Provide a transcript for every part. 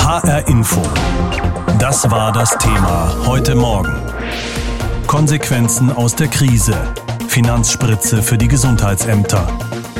HR Info. Das war das Thema heute Morgen. Konsequenzen aus der Krise. Finanzspritze für die Gesundheitsämter.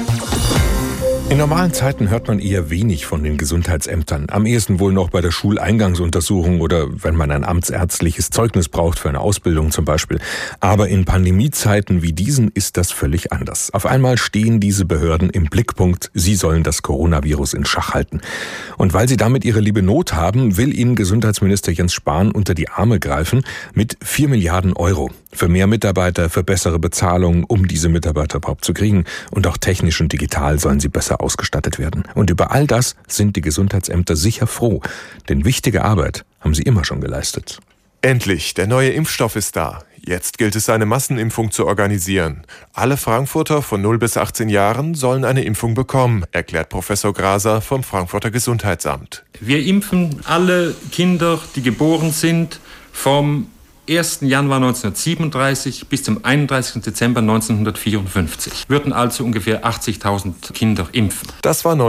In normalen Zeiten hört man eher wenig von den Gesundheitsämtern. Am ehesten wohl noch bei der Schuleingangsuntersuchung oder wenn man ein amtsärztliches Zeugnis braucht für eine Ausbildung zum Beispiel. Aber in Pandemiezeiten wie diesen ist das völlig anders. Auf einmal stehen diese Behörden im Blickpunkt. Sie sollen das Coronavirus in Schach halten. Und weil sie damit ihre liebe Not haben, will ihnen Gesundheitsminister Jens Spahn unter die Arme greifen mit 4 Milliarden Euro. Für mehr Mitarbeiter, für bessere Bezahlung, um diese Mitarbeiter überhaupt zu kriegen. Und auch technisch und digital sollen sie besser ausgestattet werden. Und über all das sind die Gesundheitsämter sicher froh, denn wichtige Arbeit haben sie immer schon geleistet. Endlich, der neue Impfstoff ist da. Jetzt gilt es, eine Massenimpfung zu organisieren. Alle Frankfurter von 0 bis 18 Jahren sollen eine Impfung bekommen, erklärt Professor Graser vom Frankfurter Gesundheitsamt. Wir impfen alle Kinder, die geboren sind, vom 1. Januar 1937 bis zum 31. Dezember 1954. Würden also ungefähr 80.000 Kinder impfen. Das war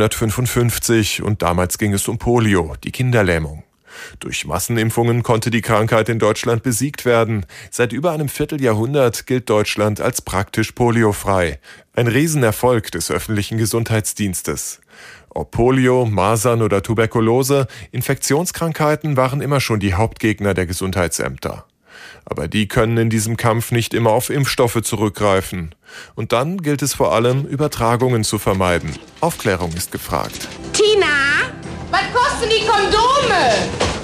1955 und damals ging es um Polio, die Kinderlähmung. Durch Massenimpfungen konnte die Krankheit in Deutschland besiegt werden. Seit über einem Vierteljahrhundert gilt Deutschland als praktisch poliofrei. Ein Riesenerfolg des öffentlichen Gesundheitsdienstes. Ob Polio, Masern oder Tuberkulose, Infektionskrankheiten waren immer schon die Hauptgegner der Gesundheitsämter. Aber die können in diesem Kampf nicht immer auf Impfstoffe zurückgreifen. Und dann gilt es vor allem, Übertragungen zu vermeiden. Aufklärung ist gefragt. Tina, was kosten die Kondome?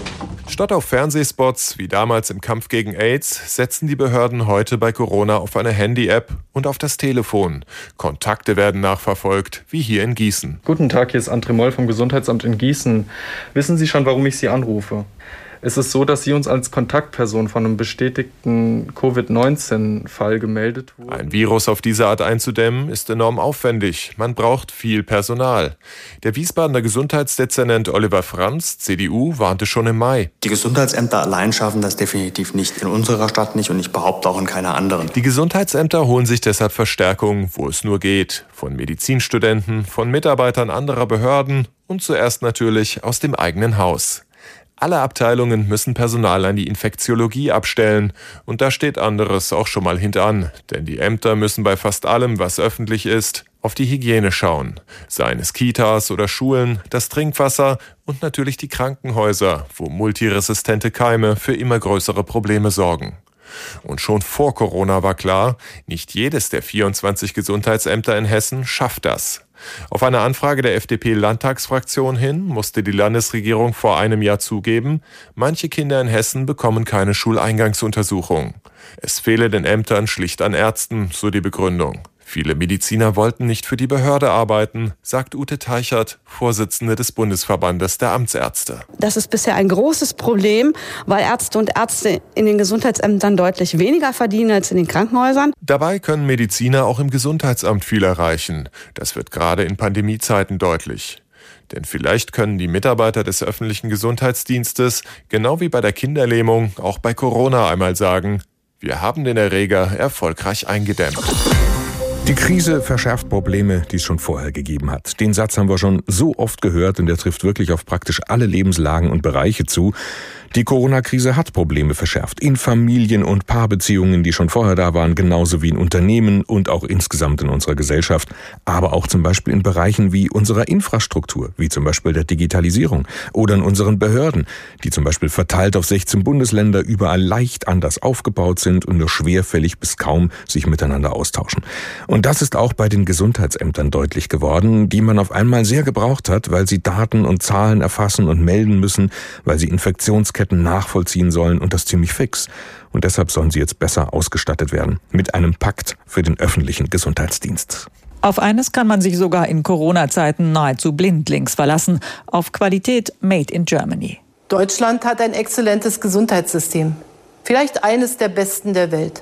Statt auf Fernsehspots, wie damals im Kampf gegen AIDS, setzen die Behörden heute bei Corona auf eine Handy-App und auf das Telefon. Kontakte werden nachverfolgt, wie hier in Gießen. Guten Tag, hier ist André Moll vom Gesundheitsamt in Gießen. Wissen Sie schon, warum ich Sie anrufe? Es ist so, dass Sie uns als Kontaktperson von einem bestätigten Covid-19-Fall gemeldet wurden. Ein Virus auf diese Art einzudämmen, ist enorm aufwendig. Man braucht viel Personal. Der Wiesbadener Gesundheitsdezernent Oliver Franz, CDU, warnte schon im Mai. Die Gesundheitsämter allein schaffen das definitiv nicht. In unserer Stadt nicht und ich behaupte auch in keiner anderen. Die Gesundheitsämter holen sich deshalb Verstärkung, wo es nur geht. Von Medizinstudenten, von Mitarbeitern anderer Behörden und zuerst natürlich aus dem eigenen Haus. Alle Abteilungen müssen Personal an die Infektiologie abstellen. Und da steht anderes auch schon mal hintan. Denn die Ämter müssen bei fast allem, was öffentlich ist, auf die Hygiene schauen. Seien es Kitas oder Schulen, das Trinkwasser und natürlich die Krankenhäuser, wo multiresistente Keime für immer größere Probleme sorgen. Und schon vor Corona war klar, nicht jedes der 24 Gesundheitsämter in Hessen schafft das. Auf eine Anfrage der FDP-Landtagsfraktion hin musste die Landesregierung vor einem Jahr zugeben, manche Kinder in Hessen bekommen keine Schuleingangsuntersuchung. Es fehle den Ämtern schlicht an Ärzten, so die Begründung. Viele Mediziner wollten nicht für die Behörde arbeiten, sagt Ute Teichert, Vorsitzende des Bundesverbandes der Amtsärzte. Das ist bisher ein großes Problem, weil Ärzte und Ärzte in den Gesundheitsämtern deutlich weniger verdienen als in den Krankenhäusern. Dabei können Mediziner auch im Gesundheitsamt viel erreichen. Das wird gerade in Pandemiezeiten deutlich. Denn vielleicht können die Mitarbeiter des öffentlichen Gesundheitsdienstes, genau wie bei der Kinderlähmung, auch bei Corona einmal sagen, wir haben den Erreger erfolgreich eingedämmt. Die Krise verschärft Probleme, die es schon vorher gegeben hat. Den Satz haben wir schon so oft gehört und der trifft wirklich auf praktisch alle Lebenslagen und Bereiche zu. Die Corona-Krise hat Probleme verschärft. In Familien- und Paarbeziehungen, die schon vorher da waren, genauso wie in Unternehmen und auch insgesamt in unserer Gesellschaft. Aber auch zum Beispiel in Bereichen wie unserer Infrastruktur, wie zum Beispiel der Digitalisierung. Oder in unseren Behörden, die zum Beispiel verteilt auf 16 Bundesländer überall leicht anders aufgebaut sind und nur schwerfällig bis kaum sich miteinander austauschen. Und das ist auch bei den Gesundheitsämtern deutlich geworden, die man auf einmal sehr gebraucht hat, weil sie Daten und Zahlen erfassen und melden müssen, weil sie Infektionsketten nachvollziehen sollen und das ziemlich fix. Und deshalb sollen sie jetzt besser ausgestattet werden mit einem Pakt für den öffentlichen Gesundheitsdienst. Auf eines kann man sich sogar in Corona-Zeiten nahezu blindlings verlassen: auf Qualität made in Germany. Deutschland hat ein exzellentes Gesundheitssystem. Vielleicht eines der besten der Welt.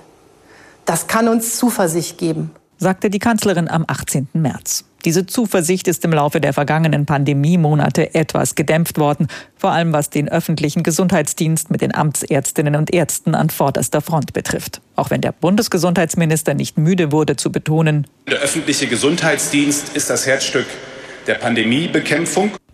Das kann uns Zuversicht geben, sagte die Kanzlerin am 18. März. Diese Zuversicht ist im Laufe der vergangenen Pandemiemonate etwas gedämpft worden, vor allem was den öffentlichen Gesundheitsdienst mit den Amtsärztinnen und Ärzten an vorderster Front betrifft. Auch wenn der Bundesgesundheitsminister nicht müde wurde zu betonen: Der öffentliche Gesundheitsdienst ist das Herzstück der Pandemiebekämpfung.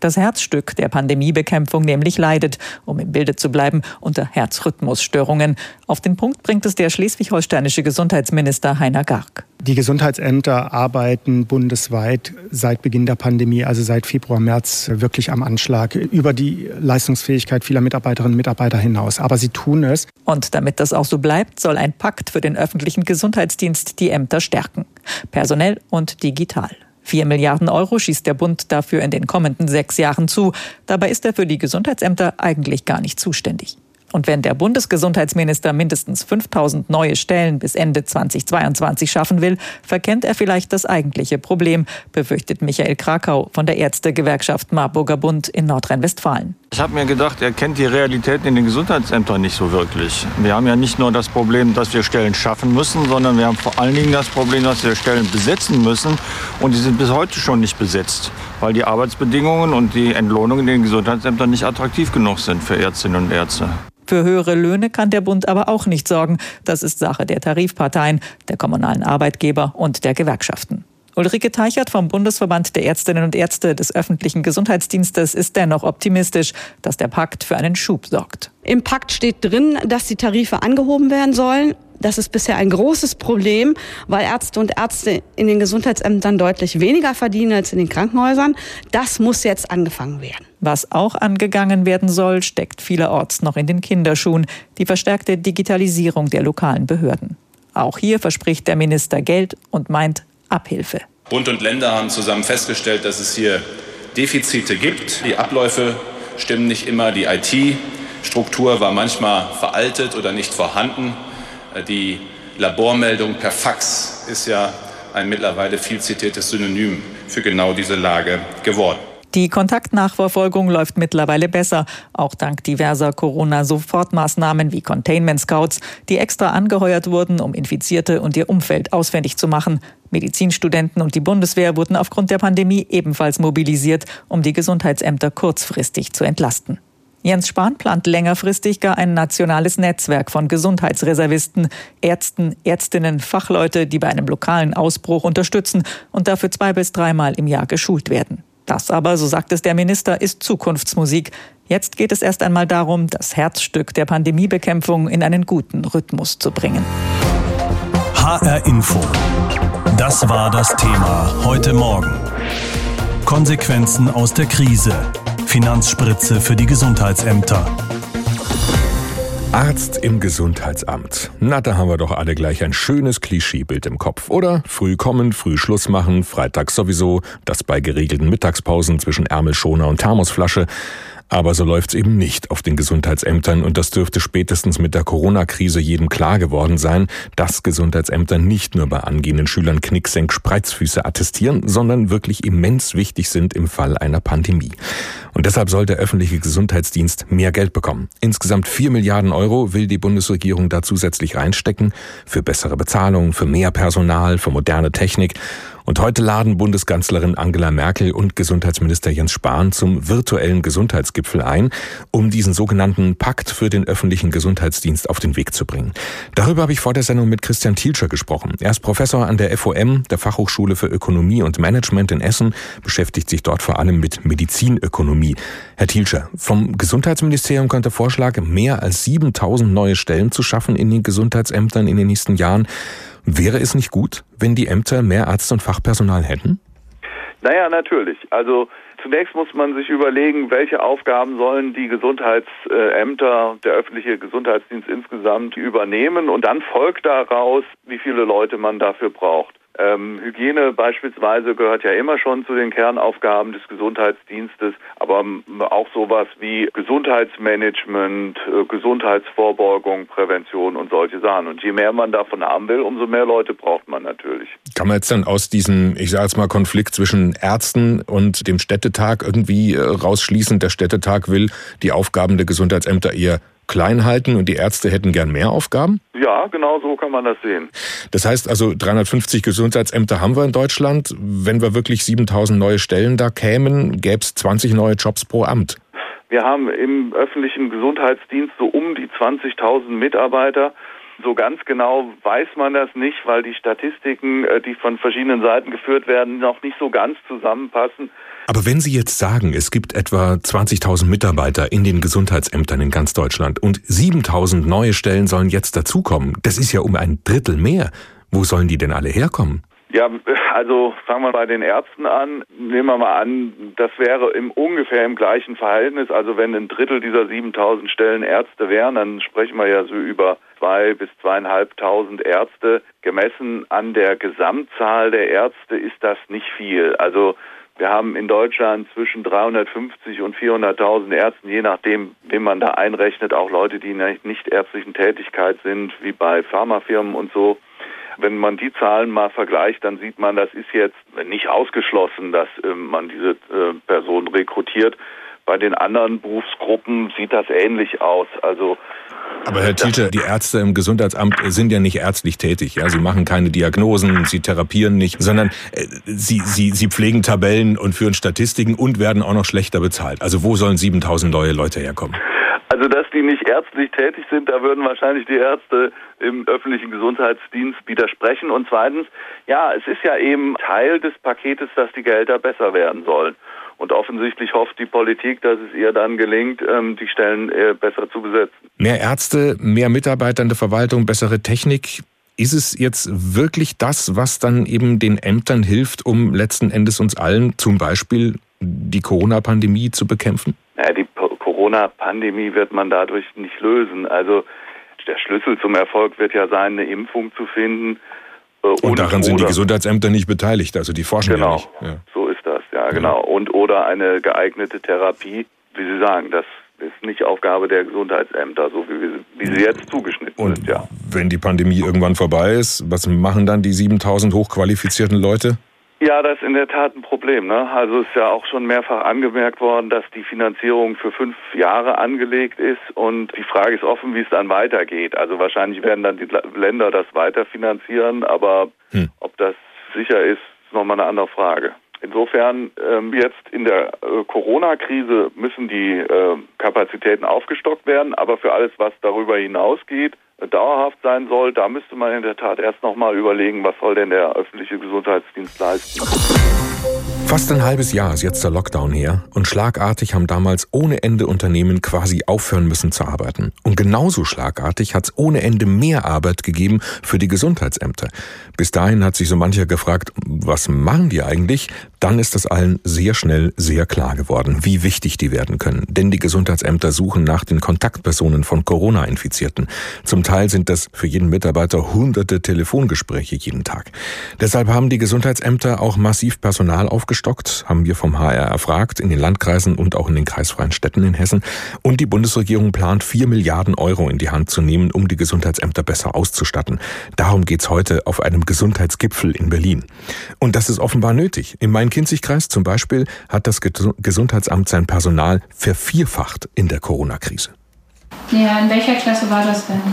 Das Herzstück der Pandemiebekämpfung nämlich leidet, um im Bilde zu bleiben, unter Herzrhythmusstörungen. Auf den Punkt bringt es der schleswig-holsteinische Gesundheitsminister Heiner Garg. Die Gesundheitsämter arbeiten bundesweit seit Beginn der Pandemie, also seit Februar, März, wirklich am Anschlag über die Leistungsfähigkeit vieler Mitarbeiterinnen und Mitarbeiter hinaus. Aber sie tun es. Und damit das auch so bleibt, soll ein Pakt für den öffentlichen Gesundheitsdienst die Ämter stärken. Personell und digital. 4 Milliarden Euro schießt der Bund dafür in den kommenden 6 Jahren zu. Dabei ist er für die Gesundheitsämter eigentlich gar nicht zuständig. Und wenn der Bundesgesundheitsminister mindestens 5.000 neue Stellen bis Ende 2022 schaffen will, verkennt er vielleicht das eigentliche Problem, befürchtet Michael Krakau von der Ärztegewerkschaft Marburger Bund in Nordrhein-Westfalen. Ich habe mir gedacht, er kennt die Realitäten in den Gesundheitsämtern nicht so wirklich. Wir haben ja nicht nur das Problem, dass wir Stellen schaffen müssen, sondern wir haben vor allen Dingen das Problem, dass wir Stellen besetzen müssen. Und die sind bis heute schon nicht besetzt, weil die Arbeitsbedingungen und die Entlohnung in den Gesundheitsämtern nicht attraktiv genug sind für Ärztinnen und Ärzte. Für höhere Löhne kann der Bund aber auch nicht sorgen. Das ist Sache der Tarifparteien, der kommunalen Arbeitgeber und der Gewerkschaften. Ulrike Teichert vom Bundesverband der Ärztinnen und Ärzte des öffentlichen Gesundheitsdienstes ist dennoch optimistisch, dass der Pakt für einen Schub sorgt. Im Pakt steht drin, dass die Tarife angehoben werden sollen. Das ist bisher ein großes Problem, weil Ärzte und Ärzte in den Gesundheitsämtern deutlich weniger verdienen als in den Krankenhäusern. Das muss jetzt angefangen werden. Was auch angegangen werden soll, steckt vielerorts noch in den Kinderschuhen. Die verstärkte Digitalisierung der lokalen Behörden. Auch hier verspricht der Minister Geld und meint Abhilfe. Bund und Länder haben zusammen festgestellt, dass es hier Defizite gibt. Die Abläufe stimmen nicht immer. Die IT-Struktur war manchmal veraltet oder nicht vorhanden. Die Labormeldung per Fax ist ja ein mittlerweile viel zitiertes Synonym für genau diese Lage geworden. Die Kontaktnachverfolgung läuft mittlerweile besser, auch dank diverser Corona-Sofortmaßnahmen wie Containment Scouts, die extra angeheuert wurden, um Infizierte und ihr Umfeld ausfindig zu machen. Medizinstudenten und die Bundeswehr wurden aufgrund der Pandemie ebenfalls mobilisiert, um die Gesundheitsämter kurzfristig zu entlasten. Jens Spahn plant längerfristig gar ein nationales Netzwerk von Gesundheitsreservisten, Ärzten, Ärztinnen, Fachleute, die bei einem lokalen Ausbruch unterstützen und dafür 2- bis 3-mal im Jahr geschult werden. Das aber, so sagt es der Minister, ist Zukunftsmusik. Jetzt geht es erst einmal darum, das Herzstück der Pandemiebekämpfung in einen guten Rhythmus zu bringen. HR Info. Das war das Thema heute Morgen. Konsequenzen aus der Krise. Finanzspritze für die Gesundheitsämter. Arzt im Gesundheitsamt. Na, da haben wir doch alle gleich ein schönes Klischeebild im Kopf, oder? Früh kommen, früh Schluss machen, freitags sowieso, das bei geregelten Mittagspausen zwischen Ärmelschoner und Thermosflasche. Aber so läuft's eben nicht auf den Gesundheitsämtern und das dürfte spätestens mit der Corona-Krise jedem klar geworden sein, dass Gesundheitsämter nicht nur bei angehenden Schülern Knicksenk-Spreizfüße attestieren, sondern wirklich immens wichtig sind im Fall einer Pandemie. Und deshalb soll der öffentliche Gesundheitsdienst mehr Geld bekommen. Insgesamt 4 Milliarden Euro will die Bundesregierung da zusätzlich reinstecken für bessere Bezahlung, für mehr Personal, für moderne Technik. Und heute laden Bundeskanzlerin Angela Merkel und Gesundheitsminister Jens Spahn zum virtuellen Gesundheitsgipfel ein, um diesen sogenannten Pakt für den öffentlichen Gesundheitsdienst auf den Weg zu bringen. Darüber habe ich vor der Sendung mit Christian Thielscher gesprochen. Er ist Professor an der FOM, der Fachhochschule für Ökonomie und Management in Essen, beschäftigt sich dort vor allem mit Medizinökonomie. Herr Thielscher, vom Gesundheitsministerium kommt der Vorschlag, mehr als 7.000 neue Stellen zu schaffen in den Gesundheitsämtern in den nächsten Jahren. Wäre es nicht gut, wenn die Ämter mehr Ärzte und Fachpersonal hätten? Naja, natürlich. Also zunächst muss man sich überlegen, welche Aufgaben sollen die Gesundheitsämter, der öffentliche Gesundheitsdienst insgesamt übernehmen. Und dann folgt daraus, wie viele Leute man dafür braucht. Hygiene beispielsweise gehört ja immer schon zu den Kernaufgaben des Gesundheitsdienstes, aber auch sowas wie Gesundheitsmanagement, Gesundheitsvorbeugung, Prävention und solche Sachen. Und je mehr man davon haben will, umso mehr Leute braucht man natürlich. Kann man jetzt dann aus diesem, ich sage jetzt mal, Konflikt zwischen Ärzten und dem Städtetag irgendwie rausschließen, der Städtetag will die Aufgaben der Gesundheitsämter eher klein halten und die Ärzte hätten gern mehr Aufgaben? Ja, genau so kann man das sehen. Das heißt also, 350 Gesundheitsämter haben wir in Deutschland. Wenn wir wirklich 7.000 neue Stellen da kämen, gäbe es 20 neue Jobs pro Amt. Wir haben im öffentlichen Gesundheitsdienst so um die 20.000 Mitarbeiter. So ganz genau weiß man das nicht, weil die Statistiken, die von verschiedenen Seiten geführt werden, noch nicht so ganz zusammenpassen. Aber wenn Sie jetzt sagen, es gibt etwa 20.000 Mitarbeiter in den Gesundheitsämtern in ganz Deutschland und 7.000 neue Stellen sollen jetzt dazukommen, das ist ja um ein Drittel mehr. Wo sollen die denn alle herkommen? Ja, also fangen wir bei den Ärzten an. Nehmen wir mal an, das wäre ungefähr im gleichen Verhältnis. Also wenn ein Drittel dieser 7.000 Stellen Ärzte wären, dann sprechen wir ja so über 2.000 bis 2.500 Ärzte. Gemessen an der Gesamtzahl der Ärzte ist das nicht viel. Also wir haben in Deutschland zwischen 350 und 400.000 Ärzten, je nachdem, wen man da einrechnet, auch Leute, die in der nicht ärztlichen Tätigkeit sind, wie bei Pharmafirmen und so. Wenn man die Zahlen mal vergleicht, dann sieht man, das ist jetzt nicht ausgeschlossen, dass man diese Person rekrutiert. Bei den anderen Berufsgruppen sieht das ähnlich aus. Also, aber Herr Tietze, die Ärzte im Gesundheitsamt sind ja nicht ärztlich tätig. Ja? Sie machen keine Diagnosen, sie therapieren nicht, sondern sie pflegen Tabellen und führen Statistiken und werden auch noch schlechter bezahlt. Also wo sollen 7.000 neue Leute herkommen? Also, dass die nicht ärztlich tätig sind, da würden wahrscheinlich die Ärzte im öffentlichen Gesundheitsdienst widersprechen. Und zweitens, ja, es ist ja eben Teil des Paketes, dass die Gehälter besser werden sollen. Und offensichtlich hofft die Politik, dass es ihr dann gelingt, die Stellen besser zu besetzen. Mehr Ärzte, mehr Mitarbeiter in der Verwaltung, bessere Technik. Ist es jetzt wirklich das, was dann eben den Ämtern hilft, um letzten Endes uns allen zum Beispiel die Corona-Pandemie zu bekämpfen? Ja, die Corona-Pandemie wird man dadurch nicht lösen. Also der Schlüssel zum Erfolg wird ja sein, eine Impfung zu finden. Und daran sind die Gesundheitsämter nicht beteiligt, also die forschen ja nicht. Genau, so ist das, ja genau. Und oder eine geeignete Therapie, wie Sie sagen, das ist nicht Aufgabe der Gesundheitsämter, so wie sie jetzt zugeschnitten sind, ja. Wenn die Pandemie irgendwann vorbei ist, was machen dann die 7.000 hochqualifizierten Leute? Ja, das ist in der Tat ein Problem, ne? Also es ist ja auch schon mehrfach angemerkt worden, dass die Finanzierung für 5 Jahre angelegt ist und die Frage ist offen, wie es dann weitergeht. Also wahrscheinlich werden dann die Länder das weiterfinanzieren, aber ob das sicher ist, ist nochmal eine andere Frage. Insofern jetzt in der Corona-Krise müssen die Kapazitäten aufgestockt werden, aber für alles, was darüber hinausgeht, dauerhaft sein soll, da müsste man in der Tat erst nochmal überlegen, was soll denn der öffentliche Gesundheitsdienst leisten. Fast ein halbes Jahr ist jetzt der Lockdown her und schlagartig haben damals ohne Ende Unternehmen quasi aufhören müssen zu arbeiten. Und genauso schlagartig hat es ohne Ende mehr Arbeit gegeben für die Gesundheitsämter. Bis dahin hat sich so mancher gefragt, was machen die eigentlich? Dann ist das allen sehr schnell sehr klar geworden, wie wichtig die werden können. Denn die Gesundheitsämter suchen nach den Kontaktpersonen von Corona-Infizierten. Zum Teil sind das für jeden Mitarbeiter hunderte Telefongespräche jeden Tag. Deshalb haben die Gesundheitsämter auch massiv Personal aufgestockt, haben wir vom HR erfragt, in den Landkreisen und auch in den kreisfreien Städten in Hessen. Und die Bundesregierung plant 4 Milliarden Euro in die Hand zu nehmen, um die Gesundheitsämter besser auszustatten. Darum geht's heute auf einem Gesundheitsgipfel in Berlin. Und das ist offenbar nötig. Im Main-Kinzig-Kreis zum Beispiel hat das Gesundheitsamt sein Personal vervierfacht in der Corona-Krise. Ja, in welcher Klasse war das denn?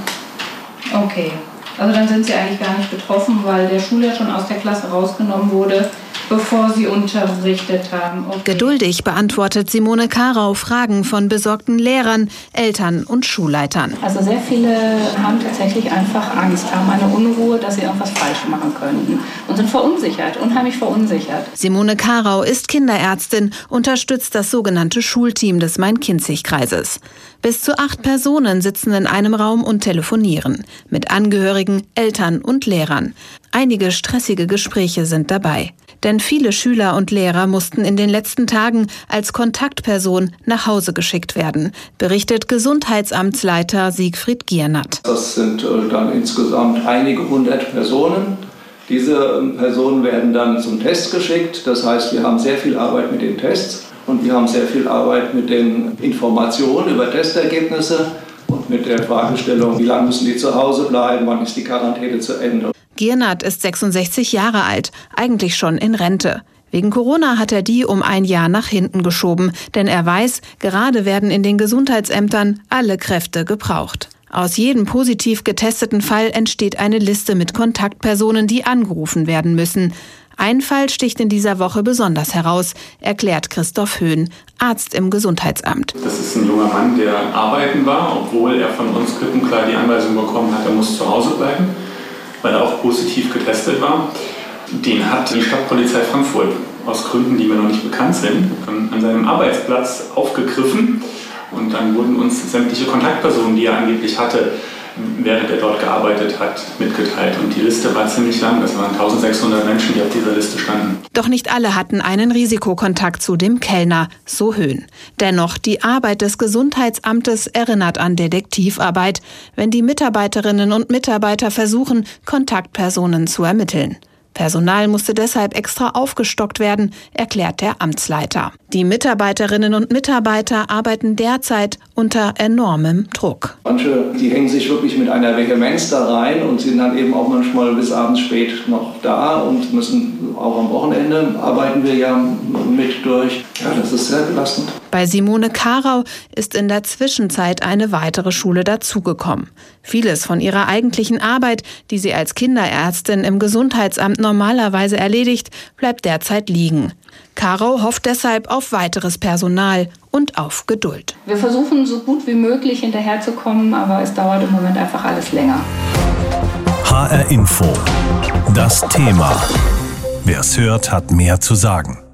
Okay, also dann sind Sie eigentlich gar nicht betroffen, weil der Schüler schon aus der Klasse rausgenommen wurde, bevor sie unterrichtet haben. Okay. Geduldig beantwortet Simone Karau Fragen von besorgten Lehrern, Eltern und Schulleitern. Also sehr viele haben tatsächlich einfach Angst, haben eine Unruhe, dass sie irgendwas falsch machen könnten und sind verunsichert, unheimlich verunsichert. Simone Karau ist Kinderärztin, unterstützt das sogenannte Schulteam des Main-Kinzig-Kreises. Bis zu 8 Personen sitzen in einem Raum und telefonieren. Mit Angehörigen, Eltern und Lehrern. Einige stressige Gespräche sind dabei. Denn viele Schüler und Lehrer mussten in den letzten Tagen als Kontaktperson nach Hause geschickt werden, berichtet Gesundheitsamtsleiter Siegfried Giernat. Das sind dann insgesamt einige 100 Personen. Diese Personen werden dann zum Test geschickt. Das heißt, wir haben sehr viel Arbeit mit den Tests und wir haben sehr viel Arbeit mit den Informationen über Testergebnisse und mit der Fragestellung, wie lange müssen die zu Hause bleiben, wann ist die Quarantäne zu Ende. Giernat ist 66 Jahre alt, eigentlich schon in Rente. Wegen Corona hat er die um ein Jahr nach hinten geschoben, denn er weiß, gerade werden in den Gesundheitsämtern alle Kräfte gebraucht. Aus jedem positiv getesteten Fall entsteht eine Liste mit Kontaktpersonen, die angerufen werden müssen. Ein Fall sticht in dieser Woche besonders heraus, erklärt Christoph Höhn, Arzt im Gesundheitsamt. Das ist ein junger Mann, der arbeiten war, obwohl er von uns klipp und klar die Anweisung bekommen hat, er muss zu Hause bleiben, weil er auch positiv getestet war. Den hat die Stadtpolizei Frankfurt aus Gründen, die mir noch nicht bekannt sind, an seinem Arbeitsplatz aufgegriffen. Und dann wurden uns sämtliche Kontaktpersonen, die er angeblich hatte, während er dort gearbeitet hat, mitgeteilt. Und die Liste war ziemlich lang. Das waren 1600 Menschen, die auf dieser Liste standen. Doch nicht alle hatten einen Risikokontakt zu dem Kellner, so Höhn. Dennoch, die Arbeit des Gesundheitsamtes erinnert an Detektivarbeit, wenn die Mitarbeiterinnen und Mitarbeiter versuchen, Kontaktpersonen zu ermitteln. Personal musste deshalb extra aufgestockt werden, erklärt der Amtsleiter. Die Mitarbeiterinnen und Mitarbeiter arbeiten derzeit unter enormem Druck. Manche, die hängen sich wirklich mit einer Vehemenz da rein und sind dann eben auch manchmal bis abends spät noch da und müssen auch am Wochenende arbeiten wir ja mit durch. Ja, das ist sehr belastend. Bei Simone Karau ist in der Zwischenzeit eine weitere Schule dazugekommen. Vieles von ihrer eigentlichen Arbeit, die sie als Kinderärztin im Gesundheitsamt normalerweise erledigt, bleibt derzeit liegen. Karau hofft deshalb auf weiteres Personal und auf Geduld. Wir versuchen so gut wie möglich hinterherzukommen, aber es dauert im Moment einfach alles länger. HR Info. Das Thema. Wer es hört, hat mehr zu sagen.